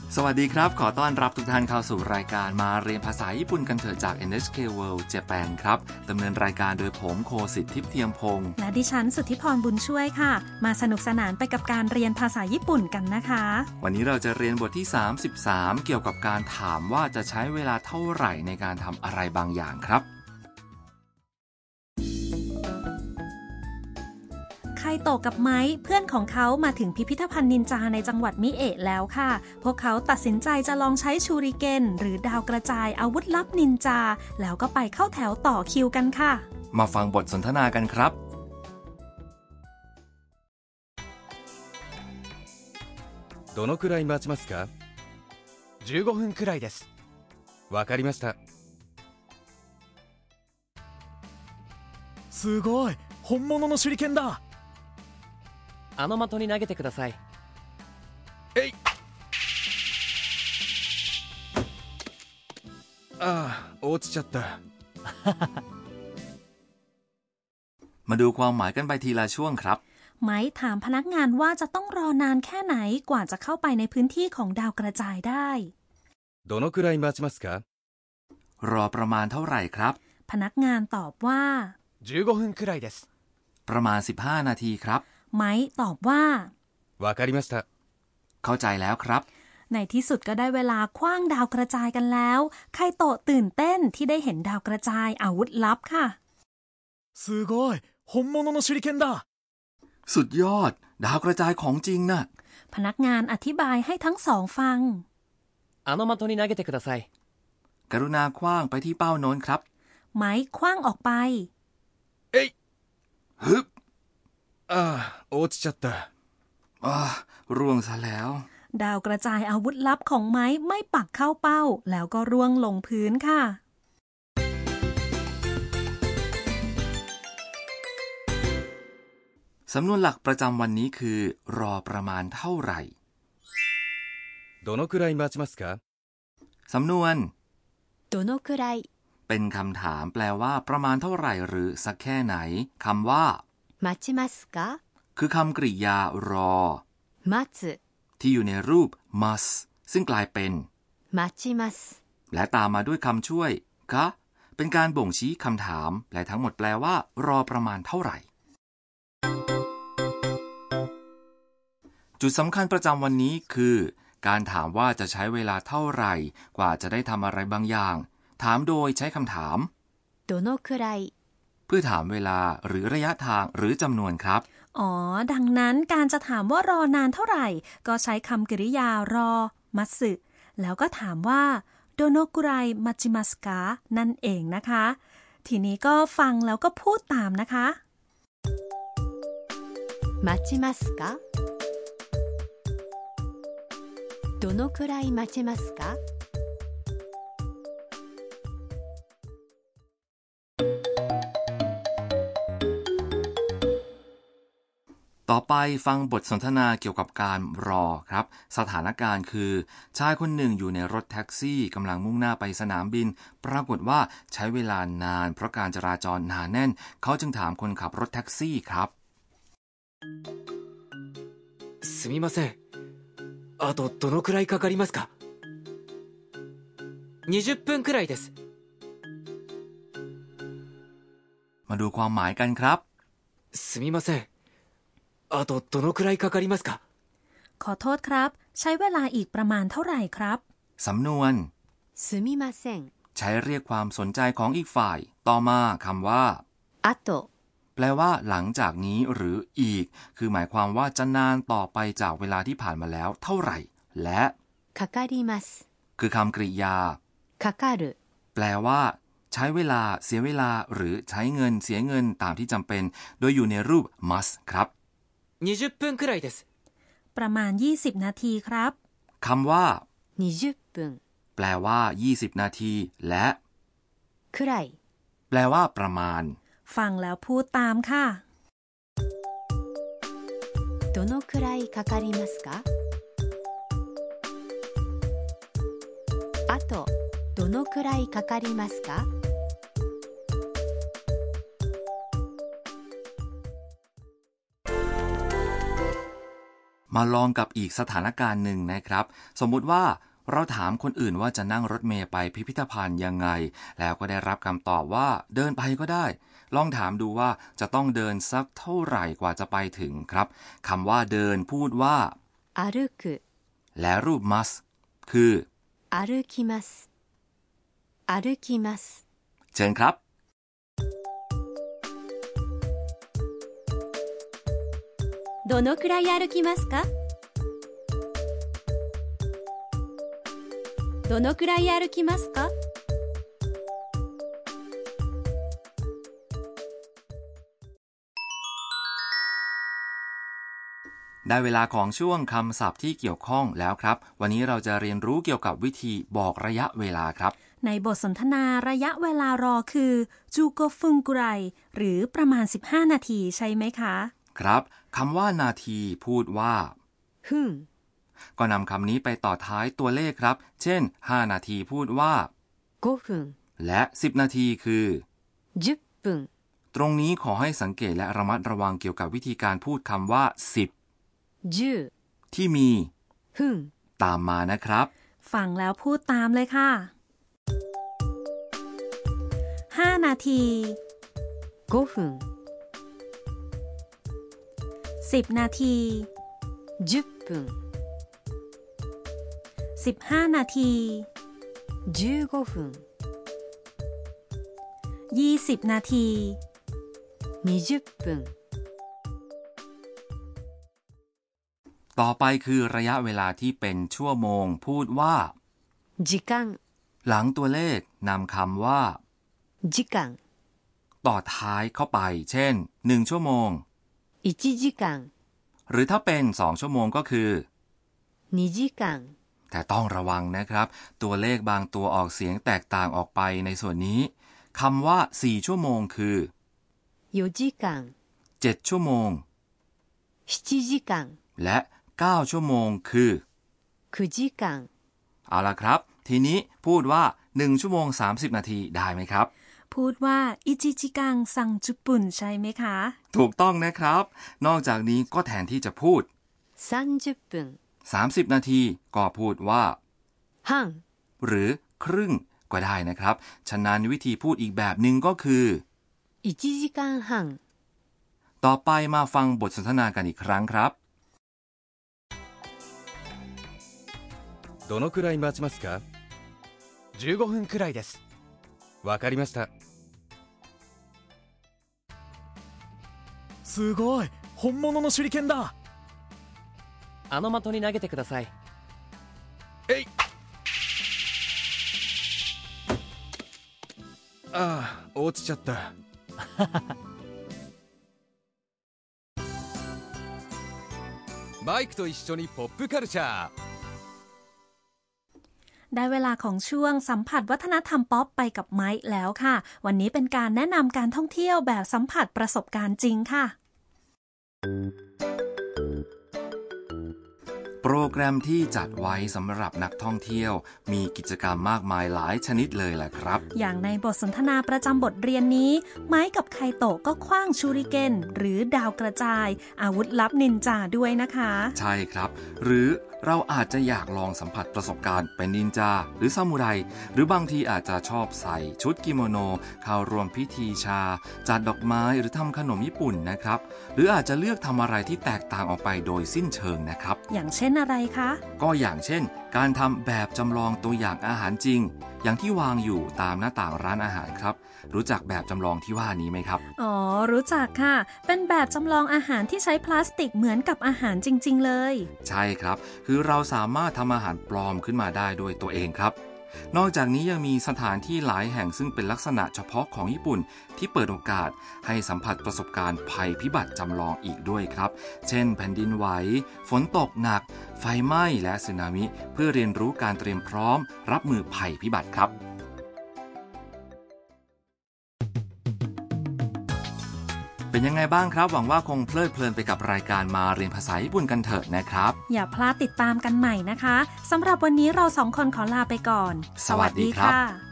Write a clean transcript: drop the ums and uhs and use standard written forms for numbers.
สวัสดีครับขอต้อนรับทุกท่านเข้าสู่รายการมาเรียนภาษาญี่ปุ่นกันเถอะจาก NHK World Japan ครับดำเนินรายการโดยผมโคสิทธิ์ทิพย์เทียมพงษ์และดิฉันสุทธิพรบุญช่วยค่ะมาสนุกสนานไปกับการเรียนภาษาญี่ปุ่นกันนะคะวันนี้เราจะเรียนบทที่33เกี่ยวกับการถามว่าจะใช้เวลาเท่าไหร่ในการทำอะไรบางอย่างครับไคโตะกับไม้เพื่อนของเขามาถึงพิพิธภัณฑ์นินจาในจังหวัดมิเอะแล้วค่ะพวกเขาตัดสินใจจะลองใช้ชูริเกนหรือดาวกระจายอาวุธลับนินจาแล้วก็ไปเข้าแถวต่อคิวกันค่ะมาฟังบทสนทนากันครับどのくらい待ちますか 15分くらいですわかりましたすごい本物の手裏剣だあの的に投げてくださいえいああ落ちちゃったมาดูความหมายกันไปทีละช่วงครับไม้ถามพนักงานว่าจะต้องรอนานแค่ไหนกว่าจะเข้าไปในพื้นที่ของดาวกระจายได้どのくらい待ちますかรอประมาณเท่าไหร่ครับพนักงานตอบว่า 15分くらいですประมาณ15นาทีครับไม้ตอบว่าわかりましたเข้าใจแล้วครับในที่สุดก็ได้เวลาขว้างดาวกระจายกันแล้วไคโตะตื่นเต้นที่ได้เห็นดาวกระจายอาวุธลับค่ะすごい本物の手裏剣だสุดยอดดาวกระจายของจริงน่ะพนักงานอธิบายให้ทั้งสองฟังあの的に投げてくださいกรุณาขว้างไปที่เป้าโน้นครับไม้ขว้างออกไปえいฮึบああ落ちちゃったร่วงซะแล้วดาวกระจายอาวุธลับของไม้ไม่ปักเข้าเป้าแล้วก็ร่วงลงพื้นค่ะสำนวนหลักประจำวันนี้คือรอประมาณเท่าไหร่どのくらい待ちますかสำนวนどのくらいเป็นคำถามแปลว่าประมาณเท่าไหร่หรือสักแค่ไหนคำว่า待ちますかคือคำกริยารอ待つที่อยู่ในรูป must ซึ่งกลายเป็น待ちますและตามมาด้วยคำช่วยกะเป็นการบ่งชี้คำถามและทั้งหมดแปลว่ารอประมาณเท่าไหร่จุดสำคัญประจำวันนี้คือการถามว่าจะใช้เวลาเท่าไหร่กว่าจะได้ทำอะไรบางอย่างถามโดยใช้คำถามどのくらいเพื่อถามเวลาหรือระยะทางหรือจำนวนครับดังนั้นการจะถามว่ารอนานเท่าไหร่ก็ใช้คำกริยารอมัตสึแล้วก็ถามว่าโดโนกุไรมัจิมัสกะนั่นเองนะคะทีนี้ก็ฟังแล้วก็พูดตามนะคะมัจิมัสกะどのくらい待ちますかต่อไปฟังบทสนทนาเกี่ยวกับการรอครับสถานการณ์คือชายคนหนึ่งอยู่ในรถแท็กซี่กำลังมุ่งหน้าไปสนามบินปรากฏว่าใช้เวลานานเพราะการจราจรหนาแน่นเขาจึงถามคนขับรถแท็กซี่ครับすみませんあとどのくらいかかりますか20分くらいですมาดูความหมายกันครับすみませんあとどのくらいかかりますかขอโทษครับใช้เวลาอีกประมาณเท่าไหร่ครับสำนวนすみませんใช้เรียกความสนใจของอีกฝ่ายต่อมาคำว่าあとแปลว่าหลังจากนี้หรืออีกคือหมายความว่าจะนานต่อไปจากเวลาที่ผ่านมาแล้วเท่าไหร่และかかりますคือคำกริยาかかるแปลว่าใช้เวลาเสียเวลาหรือใช้เงินเสียเงินตามที่จำเป็นโดยอยู่ในรูป must ครับ 20分くらいですประมาณ20นาทีครับคำว่า 20分แปลว่า20นาทีและくらいแปลว่าประมาณฟังแล้วพูดตามค่ะどのくらいかかりますかあとどのくらいかかりますかมาลองกับอีกสถานการณ์หนึ่งนะครับสมมุติว่าเราถามคนอื่นว่าจะนั่งรถเมล์ไปพิพิธภัณฑ์ยังไงแล้วก็ได้รับคำตอบว่าเดินไปก็ได้ลองถามดูว่าจะต้องเดินสักเท่าไหร่กว่าจะไปถึงครับคำว่าเดินพูดว่า歩くและรูป must คือ歩きます歩きますเชิญครับどのくらい歩きますかどのくらい歩きますかได้เวลาของช่วงคำศัพท์ที่เกี่ยวข้องแล้วครับวันนี้เราจะเรียนรู้เกี่ยวกับวิธีบอกระยะเวลาครับในบทสนทนาระยะเวลารอคือจูโกฟุงกุไรหรือประมาณ15นาทีใช่ไหมคะครับคำว่านาทีพูดว่าふんก็นำคำนี้ไปต่อท้ายตัวเลขครับเช่น5นาทีพูดว่า 5分และ10นาทีคือ 10分ตรงนี้ขอให้สังเกตและระมัดระวังเกี่ยวกับวิธีการพูดคำว่า10ที่มีふんตามมานะครับฟังแล้วพูดตามเลยค่ะ5นาที 5分 10นาที 10分 15นาที 15分 20นาที 20分ต่อไปคือระยะเวลาที่เป็นชั่วโมงพูดว่า時間หลังตัวเลขนำคำว่า時間ต่อท้ายเข้าไปเช่น1ชั่วโมง 1時間หรือถ้าเป็น2ชั่วโมงก็คือ 2時間แต่ต้องระวังนะครับตัวเลขบางตัวออกเสียงแตกต่างออกไปในส่วนนี้คำว่า4ชั่วโมงคือ 4時間 7ชั่วโมง 7時間และ9ชั่วโมงคือ 9時間เอาล่ะครับทีนี้พูดว่า1ชั่วโมง30นาทีได้ไหมครับพูดว่าอิจิจิกังซังจุปุ่นใช่ไหมคะถูกต้องนะครับนอกจากนี้ก็แทนที่จะพูด 30分 30นาทีก็พูดว่า半หรือครึ่งก็ได้นะครับฉะนั้นวิธีพูดอีกแบบหนึ่งก็คือ 1時間半ต่อไปมาฟังบทสนทนากันอีกครั้งครับどのくらい待ちますか 15分くらいですわかりましたすごい本物の手裏剣だあの的に投げてくださいえいああ落ちちゃったマイクと一緒にポップカルチャーได้เวลาของช่วงสัมผัสวัฒนธรรมป๊อปไปกับไมค์แล้วค่ะวันนี้เป็นการแนะนำการท่องเที่ยวแบบสัมผัสประสบการณ์จริงค่ะโปรแกรมที่จัดไว้สำหรับนักท่องเที่ยวมีกิจกรรมมากมายหลายชนิดเลยแหละครับอย่างในบทสนทนาประจำบทเรียนนี้ไม้กับไคโตะก็ขว้างชูริเกนหรือดาวกระจายอาวุธลับนินจาด้วยนะคะใช่ครับหรือเราอาจจะอยากลองสัมผัสประสบการณ์เป็นนินจาหรือซามูไรหรือบางทีอาจจะชอบใส่ชุดกิโมโนเข้าร่วมพิธีชาจัดดอกไม้หรือทำขนมญี่ปุ่นนะครับหรืออาจจะเลือกทำอะไรที่แตกต่างออกไปโดยสิ้นเชิงนะครับอย่างเช่นอะไรคะก็อย่างเช่นการทำแบบจำลองตัวอย่างอาหารจริงอย่างที่วางอยู่ตามหน้าต่างร้านอาหารครับรู้จักแบบจำลองที่ว่านี้ไหมครับอ๋อรู้จักค่ะเป็นแบบจำลองอาหารที่ใช้พลาสติกเหมือนกับอาหารจริงๆเลยใช่ครับคือเราสามารถทำอาหารปลอมขึ้นมาได้โดยตัวเองครับนอกจากนี้ยังมีสถานที่หลายแห่งซึ่งเป็นลักษณะเฉพาะของญี่ปุ่นที่เปิดโอกาสให้สัมผัสประสบการณ์ภัยพิบัติจำลองอีกด้วยครับเช่นแผ่นดินไหวฝนตกหนักไฟไหม้และสึนามิเพื่อเรียนรู้การเตรียมพร้อมรับมือภัยพิบัติครับเป็นยังไงบ้างครับหวังว่าคงเพลิดเพลินไปกับรายการมาเรียนภาษาญี่ปุ่นกันเถอะนะครับอย่าพลาดติดตามกันใหม่นะคะสำหรับวันนี้เรา2คนขอลาไปก่อนสวัสดีครับ